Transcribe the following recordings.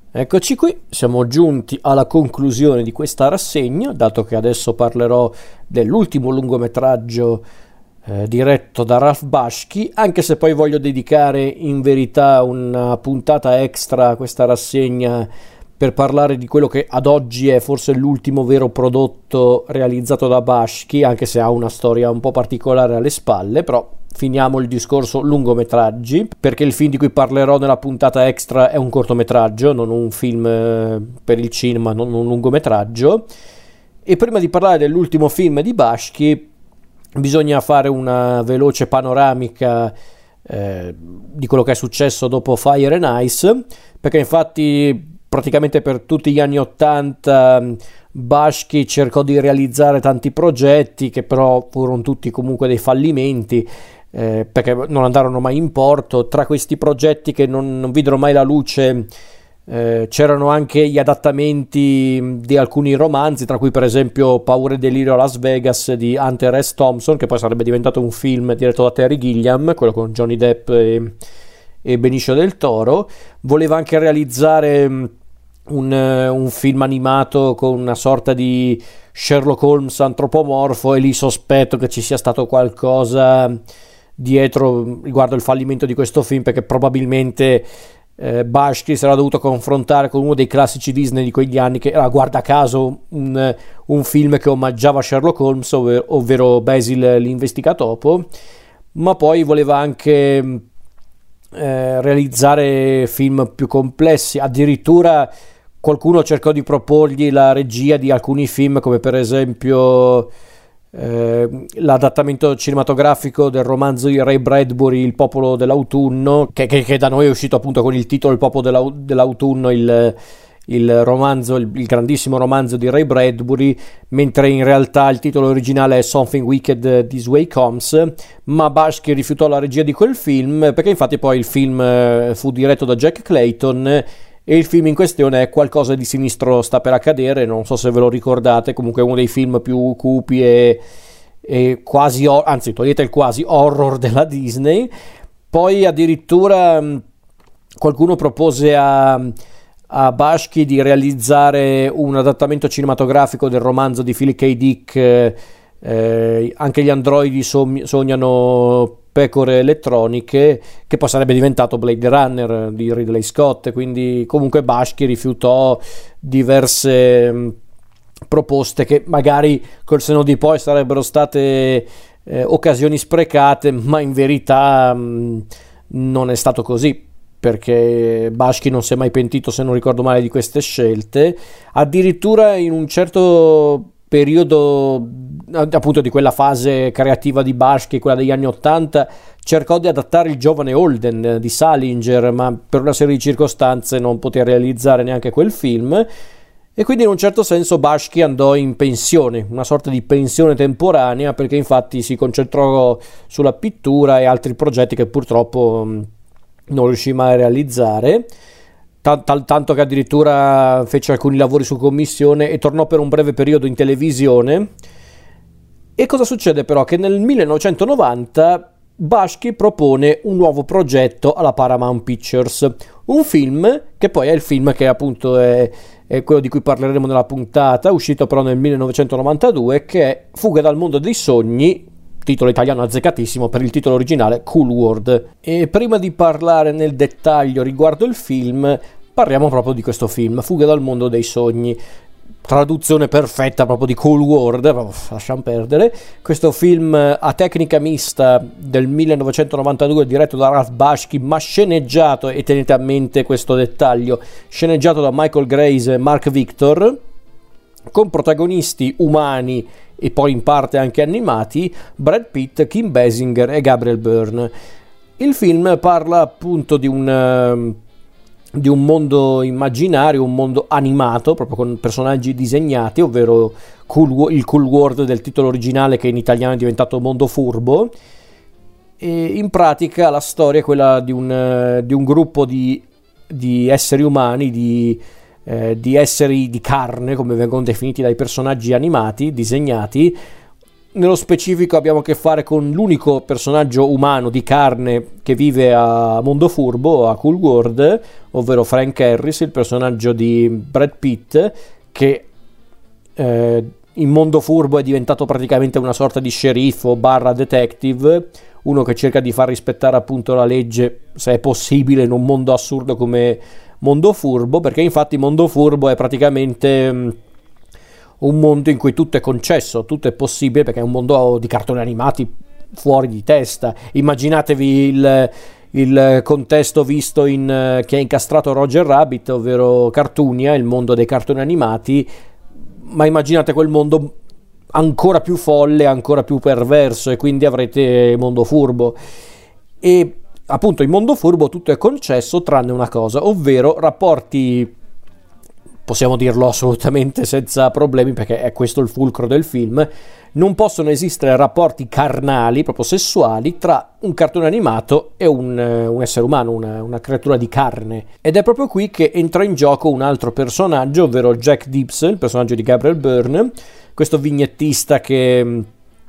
Eccoci qui, siamo giunti alla conclusione di questa rassegna, dato che adesso parlerò dell'ultimo lungometraggio diretto da Ralph Bakshi, anche se poi voglio dedicare in verità una puntata extra a questa rassegna per parlare di quello che ad oggi è forse l'ultimo vero prodotto realizzato da Bakshi, anche se ha una storia un po' particolare alle spalle, però finiamo il discorso lungometraggi, perché il film di cui parlerò nella puntata extra è un cortometraggio, non un film per il cinema, non un lungometraggio. E prima di parlare dell'ultimo film di Bakshi bisogna fare una veloce panoramica di quello che è successo dopo Fire and Ice, perché infatti praticamente per tutti gli anni '80 Bakshi cercò di realizzare tanti progetti che però furono tutti comunque dei fallimenti, perché non andarono mai in porto. Tra questi progetti che non videro mai la luce c'erano anche gli adattamenti di alcuni romanzi, tra cui per esempio Paura e delirio a Las Vegas di Hunter S. Thompson, che poi sarebbe diventato un film diretto da Terry Gilliam, quello con Johnny Depp e Benicio del Toro. Voleva anche realizzare un film animato con una sorta di Sherlock Holmes antropomorfo, e lì sospetto che ci sia stato qualcosa dietro riguardo il fallimento di questo film, perché probabilmente Bakshi si era dovuto confrontare con uno dei classici Disney di quegli anni, che era guarda caso un film che omaggiava Sherlock Holmes, ovvero Basil l'investigatopo, ma poi voleva anche realizzare film più complessi. Addirittura qualcuno cercò di proporgli la regia di alcuni film, come per esempio l'adattamento cinematografico del romanzo di Ray Bradbury Il popolo dell'autunno, che da noi è uscito appunto con il titolo Il popolo dell'autunno, il romanzo, il grandissimo romanzo di Ray Bradbury, mentre in realtà il titolo originale è Something Wicked This Way Comes. Ma Bakshi rifiutò la regia di quel film, perché infatti poi il film fu diretto da Jack Clayton, e il film in questione è Qualcosa di sinistro sta per accadere. Non so se ve lo ricordate, comunque è uno dei film più cupi e quasi, anzi togliete il quasi, horror della Disney. Poi addirittura qualcuno propose a Bakshi di realizzare un adattamento cinematografico del romanzo di Philip K. Dick, Anche gli androidi sognano pecore elettroniche, che poi sarebbe diventato Blade Runner di Ridley Scott. Quindi comunque Bakshi rifiutò diverse proposte che magari col senno di poi sarebbero state occasioni sprecate, ma in verità non è stato così, perché Bakshi non si è mai pentito, se non ricordo male, di queste scelte. Addirittura in un certo periodo appunto di quella fase creativa di Bakshi, quella degli anni '80, cercò di adattare Il giovane Holden di Salinger, ma per una serie di circostanze non poté realizzare neanche quel film, e quindi in un certo senso Bakshi andò in pensione, una sorta di pensione temporanea, perché infatti si concentrò sulla pittura e altri progetti che purtroppo non riuscì mai a realizzare, tanto che addirittura fece alcuni lavori su commissione e tornò per un breve periodo in televisione. E cosa succede però? Che nel 1990 Bakshi propone un nuovo progetto alla Paramount Pictures, un film che poi è il film che appunto è quello di cui parleremo nella puntata, uscito però nel 1992, che è Fuga dal mondo dei sogni, titolo italiano azzeccatissimo, per il titolo originale Cool World. E prima di parlare nel dettaglio riguardo il film, parliamo proprio di questo film, Fuga dal mondo dei sogni, traduzione perfetta proprio di Cool World, lasciamo perdere. Questo film a tecnica mista del 1992, diretto da Ralph Bakshi, ma sceneggiato, e tenete a mente questo dettaglio, sceneggiato da Michael Grace e Mark Victor, con protagonisti umani e poi in parte anche animati, Brad Pitt, Kim Basinger e Gabriel Byrne. Il film parla appunto di un mondo immaginario, un mondo animato, proprio con personaggi disegnati, ovvero il Cool World del titolo originale, che in italiano è diventato Mondo Furbo. E in pratica la storia è quella di un gruppo di esseri umani, di esseri di carne, come vengono definiti dai personaggi animati, disegnati, nello specifico abbiamo a che fare con l'unico personaggio umano di carne che vive a Mondofurbo, a Cool World, ovvero Frank Harris, il personaggio di Brad Pitt, che in Mondofurbo è diventato praticamente una sorta di sceriffo barra detective, uno che cerca di far rispettare appunto la legge, se è possibile, in un mondo assurdo come Mondofurbo, perché infatti Mondofurbo è praticamente un mondo in cui tutto è concesso, tutto è possibile, perché è un mondo di cartoni animati fuori di testa. Immaginatevi il contesto visto che ha incastrato Roger Rabbit, ovvero Cartoonia, il mondo dei cartoni animati, ma immaginate quel mondo ancora più folle, ancora più perverso, e quindi avrete Mondofurbo. E appunto in Mondofurbo tutto è concesso tranne una cosa, ovvero rapporti, possiamo dirlo assolutamente senza problemi perché è questo il fulcro del film, non possono esistere rapporti carnali, proprio sessuali, tra un cartone animato e un essere umano, una creatura di carne. Ed è proprio qui che entra in gioco un altro personaggio, ovvero Jack Gibbs, il personaggio di Gabriel Byrne, questo vignettista che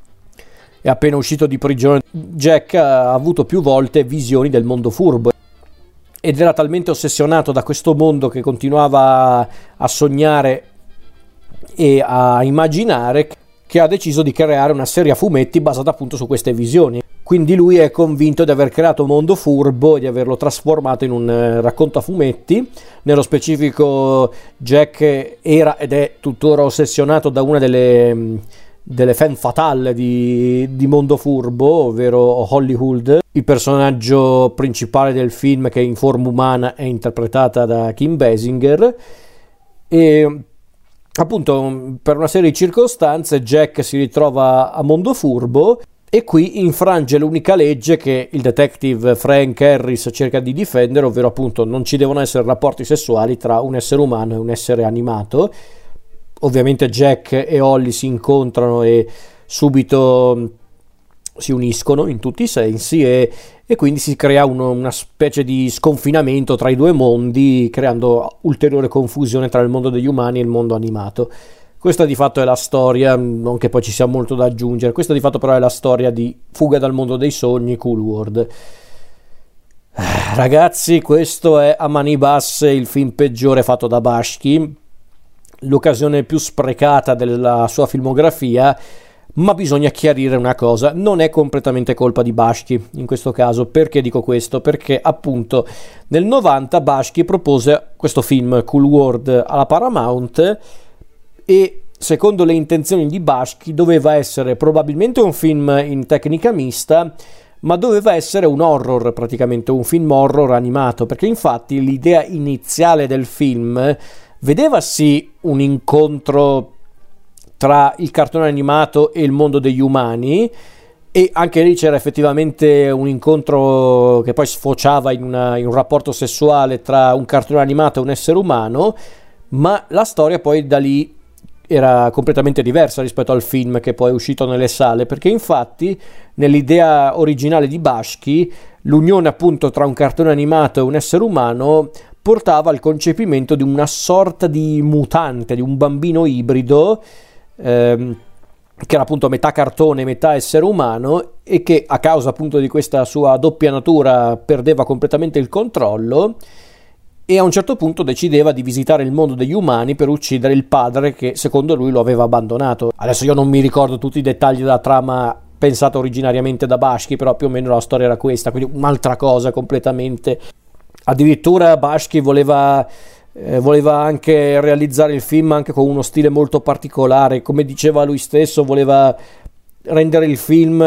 è appena uscito di prigione. Jack ha avuto più volte visioni del mondo furbo ed era talmente ossessionato da questo mondo che continuava a sognare e a immaginare, che ha deciso di creare una serie a fumetti basata appunto su queste visioni. Quindi lui è convinto di aver creato Mondo Furbo e di averlo trasformato in un racconto a fumetti. Nello specifico Jack era ed è tuttora ossessionato da una delle femme fatale di Mondo Furbo, ovvero Hollywood, il personaggio principale del film, che in forma umana è interpretata da Kim Basinger. E appunto per una serie di circostanze Jack si ritrova a Mondofurbo e qui infrange l'unica legge che il detective Frank Harris cerca di difendere, ovvero appunto non ci devono essere rapporti sessuali tra un essere umano e un essere animato. Ovviamente Jack e Holly si incontrano e subito si uniscono in tutti i sensi e quindi si crea una specie di sconfinamento tra i due mondi, creando ulteriore confusione tra il mondo degli umani e il mondo animato. Questa di fatto è la storia, non che poi ci sia molto da aggiungere, questa di fatto però è la storia di Fuga dal mondo dei sogni, Cool World. Ragazzi, questo è a mani basse il film peggiore fatto da Bashki, l'occasione più sprecata della sua filmografia. Ma bisogna chiarire una cosa, non è completamente colpa di Bashki in questo caso. Perché dico questo? Perché appunto nel 90 Bashki propose questo film Cool World alla Paramount e secondo le intenzioni di Bashki doveva essere probabilmente un film in tecnica mista, ma doveva essere un horror, praticamente un film horror animato, perché infatti l'idea iniziale del film vedeva sì un incontro tra il cartone animato e il mondo degli umani, e anche lì c'era effettivamente un incontro che poi sfociava in un rapporto sessuale tra un cartone animato e un essere umano, ma la storia poi da lì era completamente diversa rispetto al film che poi è uscito nelle sale, perché infatti nell'idea originale di Bashki l'unione appunto tra un cartone animato e un essere umano portava al concepimento di una sorta di mutante, di un bambino ibrido che era appunto metà cartone, metà essere umano, e che a causa appunto di questa sua doppia natura perdeva completamente il controllo e a un certo punto decideva di visitare il mondo degli umani per uccidere il padre che secondo lui lo aveva abbandonato. Adesso io non mi ricordo tutti i dettagli della trama pensata originariamente da Bashki, però più o meno la storia era questa, quindi un'altra cosa completamente. Addirittura Bashki voleva anche realizzare il film anche con uno stile molto particolare, come diceva lui stesso, voleva rendere il film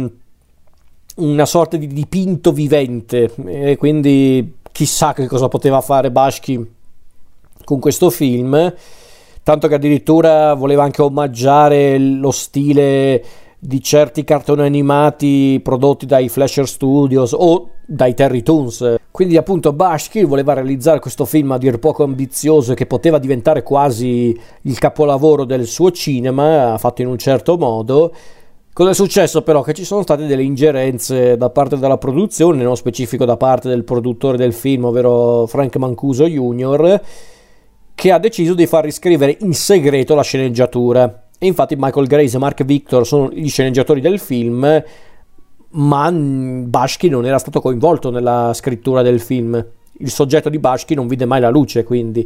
una sorta di dipinto vivente, e quindi chissà che cosa poteva fare Bashki con questo film, tanto che addirittura voleva anche omaggiare lo stile di certi cartoni animati prodotti dai Fleischer Studios o dai Terry Toons. Quindi appunto Bashki voleva realizzare questo film a dir poco ambizioso che poteva diventare quasi il capolavoro del suo cinema, fatto in un certo modo. Cosa è successo però? Che ci sono state delle ingerenze da parte della produzione, nello specifico da parte del produttore del film, ovvero Frank Mancuso Jr., che ha deciso di far riscrivere in segreto la sceneggiatura. e infatti Michael Grace e Mark Victor sono gli sceneggiatori del film, ma Bakshi non era stato coinvolto nella scrittura del film. Il soggetto di Bakshi non vide mai la luce, quindi.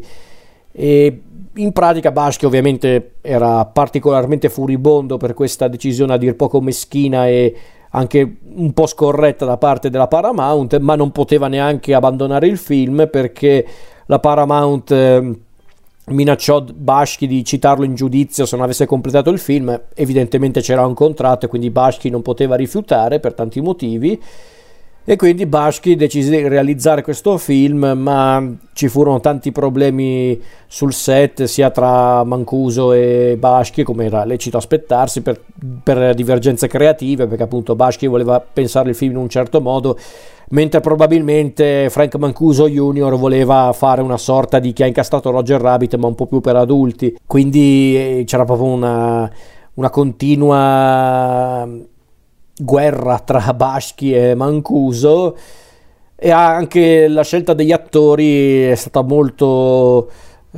E in pratica Bakshi ovviamente era particolarmente furibondo per questa decisione a dir poco meschina e anche un po' scorretta da parte della Paramount, ma non poteva neanche abbandonare il film perché la Paramount minacciò Bakshi di citarlo in giudizio se non avesse completato il film. Evidentemente c'era un contratto e quindi Bakshi non poteva rifiutare per tanti motivi, e quindi Bakshi decise di realizzare questo film, ma ci furono tanti problemi sul set sia tra Mancuso e Bakshi, come era lecito aspettarsi, per divergenze creative, perché appunto Bakshi voleva pensare il film in un certo modo, mentre probabilmente Frank Mancuso Jr. voleva fare una sorta di Chi ha incastrato Roger Rabbit, ma un po' più per adulti. Quindi c'era proprio una continua guerra tra Bakshi e Mancuso, e anche la scelta degli attori è stata molto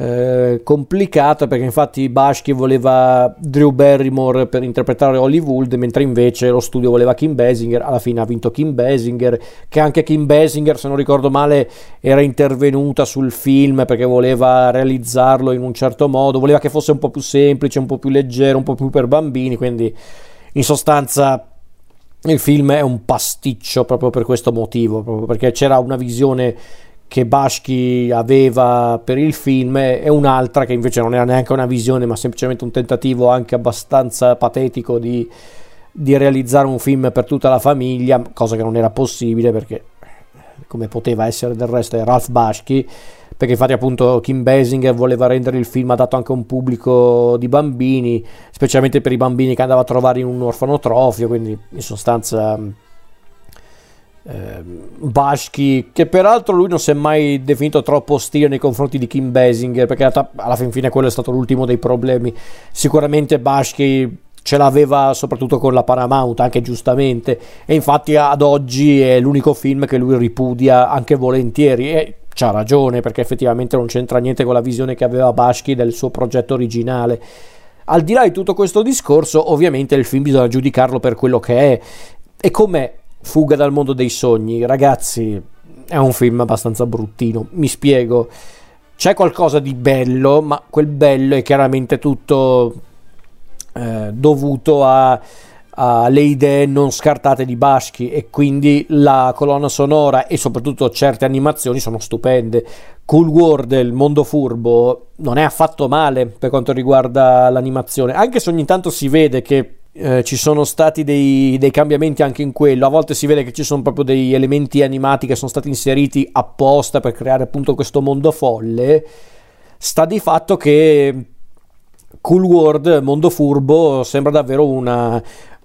complicata, perché infatti Bakshi voleva Drew Barrymore per interpretare Hollywood, mentre invece lo studio voleva Kim Basinger. Alla fine ha vinto Kim Basinger, che anche Kim Basinger, se non ricordo male, era intervenuta sul film perché voleva realizzarlo in un certo modo, voleva che fosse un po' più semplice, un po' più leggero, un po' più per bambini, quindi in sostanza il film è un pasticcio proprio per questo motivo, proprio perché c'era una visione che Bakshi aveva per il film e un'altra che invece non era neanche una visione, ma semplicemente un tentativo anche abbastanza patetico di realizzare un film per tutta la famiglia, cosa che non era possibile perché, come poteva essere del resto, è Ralph Bakshi, perché infatti appunto Kim Basinger voleva rendere il film adatto anche a un pubblico di bambini, specialmente per i bambini che andava a trovare in un orfanotrofio, quindi in sostanza Bakshi, che peraltro lui non si è mai definito troppo ostile nei confronti di Kim Basinger, perché alla fin fine quello è stato l'ultimo dei problemi. Sicuramente Bakshi ce l'aveva soprattutto con la Paramount, anche giustamente, e infatti ad oggi è l'unico film che lui ripudia anche volentieri, e c'ha ragione, perché effettivamente non c'entra niente con la visione che aveva Bakshi del suo progetto originale. Al di là di tutto questo discorso, ovviamente il film bisogna giudicarlo per quello che è. E com'è Fuga dal mondo dei sogni? Ragazzi, è un film abbastanza bruttino, mi spiego. C'è qualcosa di bello, ma quel bello è chiaramente tutto dovuto alle idee non scartate di Bakshi, e quindi la colonna sonora e soprattutto certe animazioni sono stupende. Cool World, il mondo furbo, non è affatto male per quanto riguarda l'animazione, anche se ogni tanto si vede che ci sono stati dei cambiamenti anche in quello. A volte si vede che ci sono proprio degli elementi animati che sono stati inseriti apposta per creare appunto questo mondo folle. Sta di fatto che Cool World, mondo furbo, sembra davvero una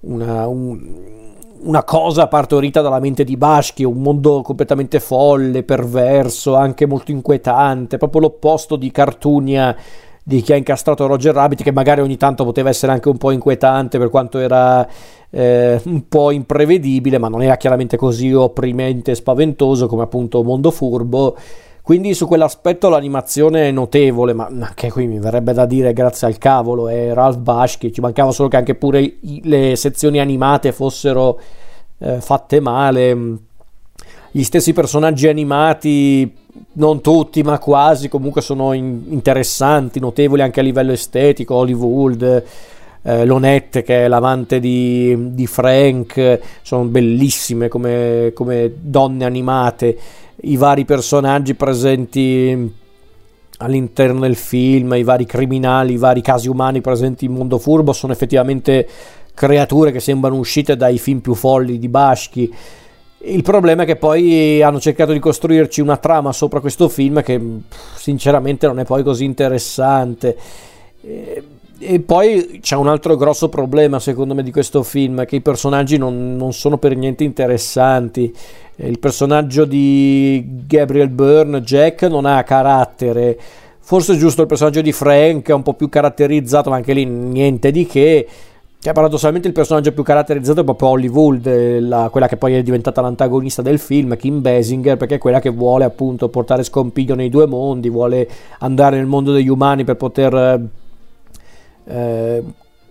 cosa partorita dalla mente di Bakshi, un mondo completamente folle, perverso, anche molto inquietante, proprio l'opposto di Cartoonia, di Chi ha incastrato Roger Rabbit, che magari ogni tanto poteva essere anche un po' inquietante per quanto era un po' imprevedibile, ma non era chiaramente così opprimente e spaventoso come appunto Mondo Furbo. Quindi su quell'aspetto l'animazione è notevole, ma anche qui mi verrebbe da dire grazie al cavolo, è Ralph Bakshi. Ci mancava solo che anche pure le sezioni animate fossero fatte male. Gli stessi personaggi animati, non tutti ma quasi, comunque sono interessanti, notevoli anche a livello estetico. Hollywood, Lonette, che è l'amante di Frank, sono bellissime come donne animate. I vari personaggi presenti all'interno del film, i vari criminali, i vari casi umani presenti in Mondo Furbo sono effettivamente creature che sembrano uscite dai film più folli di Bakshi. Il problema è che poi hanno cercato di costruirci una trama sopra questo film che sinceramente non è poi così interessante. E poi c'è un altro grosso problema secondo me di questo film, che i personaggi non sono per niente interessanti. Il personaggio di Gabriel Byrne, Jack, non ha carattere. Forse è giusto il personaggio di Frank, è un po' più caratterizzato, ma anche lì niente di che. Cioè, paradossalmente il personaggio più caratterizzato è proprio Hollywood, quella che poi è diventata l'antagonista del film, Kim Basinger, perché è quella che vuole appunto portare scompiglio nei due mondi, vuole andare nel mondo degli umani per poter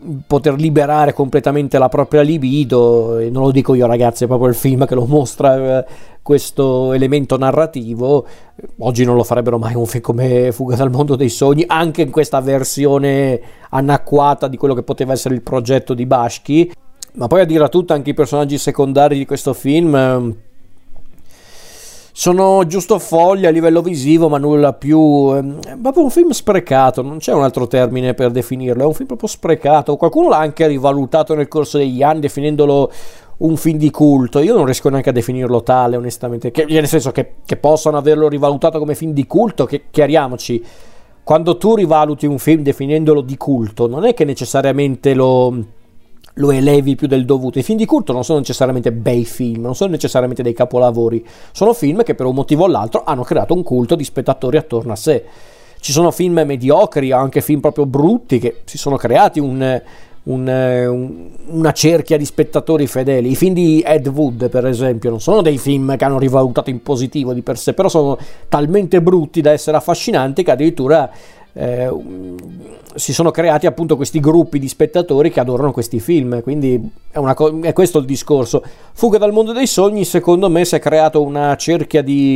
poter liberare completamente la propria libido, e non lo dico io ragazzi, è proprio il film che lo mostra, questo elemento narrativo. Oggi non lo farebbero mai un film come Fuga dal mondo dei sogni, anche in questa versione anacquata di quello che poteva essere il progetto di Bashki. Ma poi a dirla tutta, anche i personaggi secondari di questo film sono giusto fogli a livello visivo, ma nulla più. È proprio un film sprecato, non c'è un altro termine per definirlo, è un film proprio sprecato. Qualcuno l'ha anche rivalutato nel corso degli anni definendolo un film di culto. Io non riesco neanche a definirlo tale, onestamente, nel senso che possano averlo rivalutato come film di culto, che chiariamoci, quando tu rivaluti un film definendolo di culto, non è che necessariamente lo elevi più del dovuto. I film di culto non sono necessariamente bei film, non sono necessariamente dei capolavori, sono film che per un motivo o l'altro hanno creato un culto di spettatori attorno a sé. Ci sono film mediocri, anche film proprio brutti, che si sono creati una cerchia di spettatori fedeli. I film di Ed Wood, per esempio, non sono dei film che hanno rivalutato in positivo di per sé, però sono talmente brutti da essere affascinanti che addirittura si sono creati appunto questi gruppi di spettatori che adorano questi film. Quindi è questo il discorso. Fuga dal mondo dei sogni, secondo me, si è creato una cerchia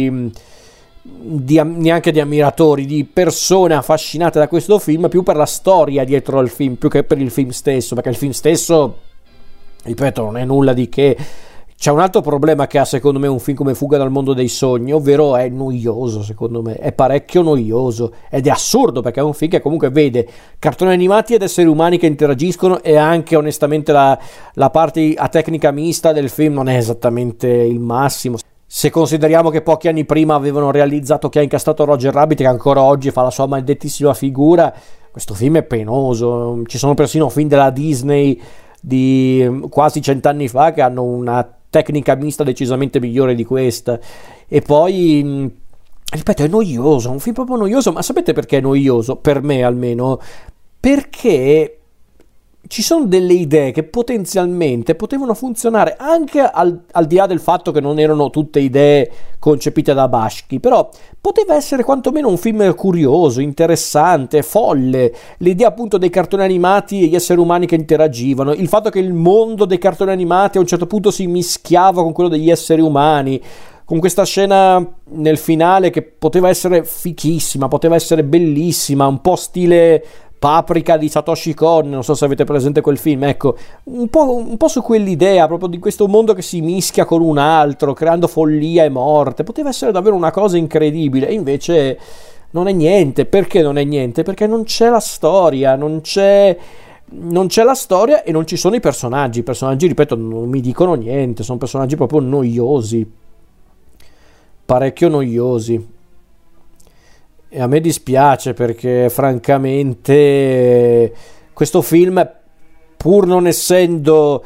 neanche di ammiratori, di persone affascinate da questo film, più per la storia dietro al film, più che per il film stesso, perché il film stesso, ripeto, non è nulla di che. C'è un altro problema che ha secondo me un film come Fuga dal mondo dei sogni, ovvero è noioso. Secondo me è parecchio noioso, ed è assurdo, perché è un film che comunque vede cartoni animati ed esseri umani che interagiscono, e anche onestamente la parte a tecnica mista del film non è esattamente il massimo. Se consideriamo che pochi anni prima avevano realizzato Chi ha incastrato Roger Rabbit, che ancora oggi fa la sua maledettissima figura, questo film è penoso. Ci sono persino film della Disney di quasi 100 anni fa che hanno una tecnica mista decisamente migliore di questa. E poi, ripeto, è noioso, è un film proprio noioso. Ma sapete perché è noioso? Per me almeno, perché ci sono delle idee che potenzialmente potevano funzionare anche al di là del fatto che non erano tutte idee concepite da Bashki, però poteva essere quantomeno un film curioso, interessante, folle. L'idea appunto dei cartoni animati e gli esseri umani che interagivano, il fatto che il mondo dei cartoni animati a un certo punto si mischiava con quello degli esseri umani, con questa scena nel finale che poteva essere fichissima, poteva essere bellissima, un po' stile Paprika di Satoshi Kon, non so se avete presente quel film. Ecco, un po' su quell'idea proprio di questo mondo che si mischia con un altro, creando follia e morte. Poteva essere davvero una cosa incredibile, e invece non è niente. Perché non è niente? Perché non c'è la storia, non c'è la storia, e non ci sono i personaggi. I personaggi, ripeto, non mi dicono niente, sono personaggi proprio noiosi, parecchio noiosi. E a me dispiace, perché francamente questo film, pur non essendo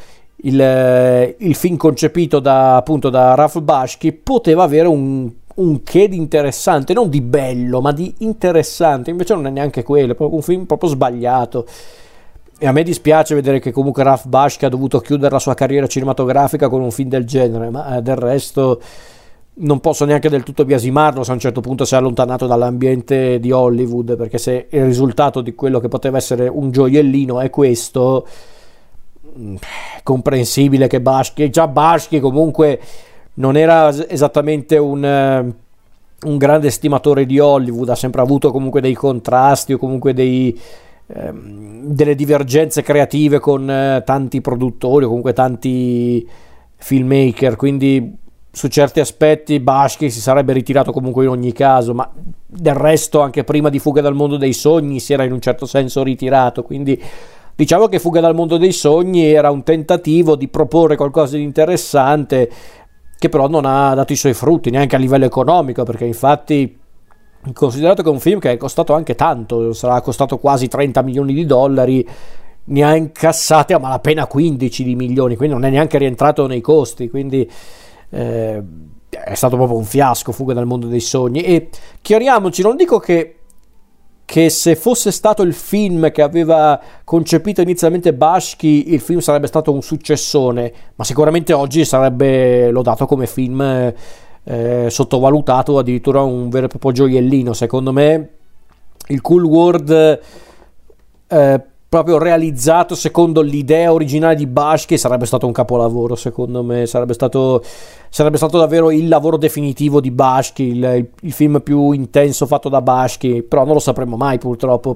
il film concepito da Ralph Bashki, poteva avere un che di interessante, non di bello ma di interessante. Invece non è neanche quello, è proprio un film proprio sbagliato. E a me dispiace vedere che comunque Ralph Bashki ha dovuto chiudere la sua carriera cinematografica con un film del genere, ma del resto non posso neanche del tutto biasimarlo se a un certo punto si è allontanato dall'ambiente di Hollywood, perché se il risultato di quello che poteva essere un gioiellino è questo, è comprensibile che Bashki comunque non era esattamente un grande stimatore di Hollywood, ha sempre avuto comunque dei contrasti o comunque delle divergenze creative con tanti produttori o comunque tanti filmmaker, quindi su certi aspetti Bashki si sarebbe ritirato comunque in ogni caso, ma del resto anche prima di Fuga dal mondo dei sogni si era in un certo senso ritirato. Quindi diciamo che Fuga dal mondo dei sogni era un tentativo di proporre qualcosa di interessante, che però non ha dato i suoi frutti neanche a livello economico, perché infatti, considerato che è un film che è costato anche tanto, sarà costato quasi 30 milioni di dollari, ne ha incassate a malapena 15 di milioni, quindi non è neanche rientrato nei costi. Quindi è stato proprio un fiasco Fuga dal mondo dei sogni. E chiariamoci, non dico che se fosse stato il film che aveva concepito inizialmente Bashki, il film sarebbe stato un successone, ma sicuramente oggi sarebbe lodato come film sottovalutato, addirittura un vero e proprio gioiellino. Secondo me il Cool World proprio realizzato secondo l'idea originale di Bashki, sarebbe stato un capolavoro, secondo me. Sarebbe stato davvero il lavoro definitivo di Bashki, il film più intenso fatto da Bashki, però non lo sapremo mai purtroppo,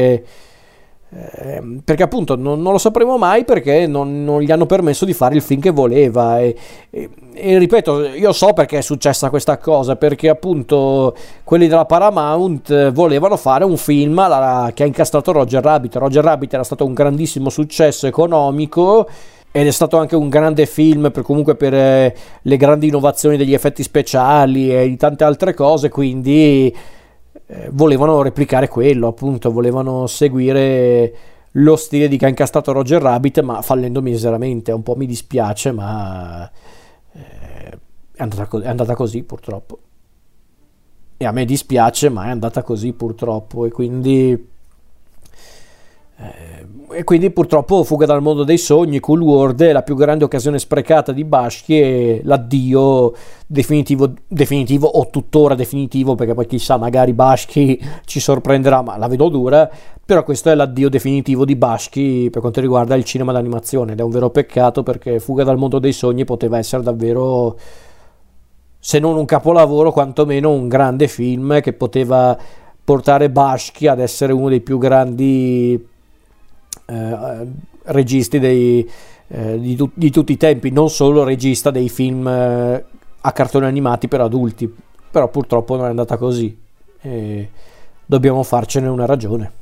perché appunto non lo sapremo mai, perché non gli hanno permesso di fare il film che voleva, e ripeto, io so perché è successa questa cosa, perché appunto quelli della Paramount volevano fare un film che ha incastrato Roger Rabbit. Roger Rabbit era stato un grandissimo successo economico ed è stato anche un grande film comunque per le grandi innovazioni degli effetti speciali e di tante altre cose, quindi volevano replicare quello, appunto, volevano seguire lo stile di che ha incastrato Roger Rabbit, ma fallendo miseramente. Un po' mi dispiace, ma è andata così purtroppo, e a me dispiace, ma è andata così purtroppo, e quindi purtroppo Fuga dal mondo dei sogni, Cool World, è la più grande occasione sprecata di Bashki e l'addio definitivo o tuttora definitivo, perché poi chissà, magari Bashki ci sorprenderà, ma la vedo dura. Però questo è l'addio definitivo di Bashki per quanto riguarda il cinema d'animazione, ed è un vero peccato, perché Fuga dal mondo dei sogni poteva essere davvero, se non un capolavoro, quantomeno un grande film che poteva portare Bashki ad essere uno dei più grandi registi di tutti i tempi, non solo regista dei film a cartoni animati per adulti. Però purtroppo non è andata così, e dobbiamo farcene una ragione.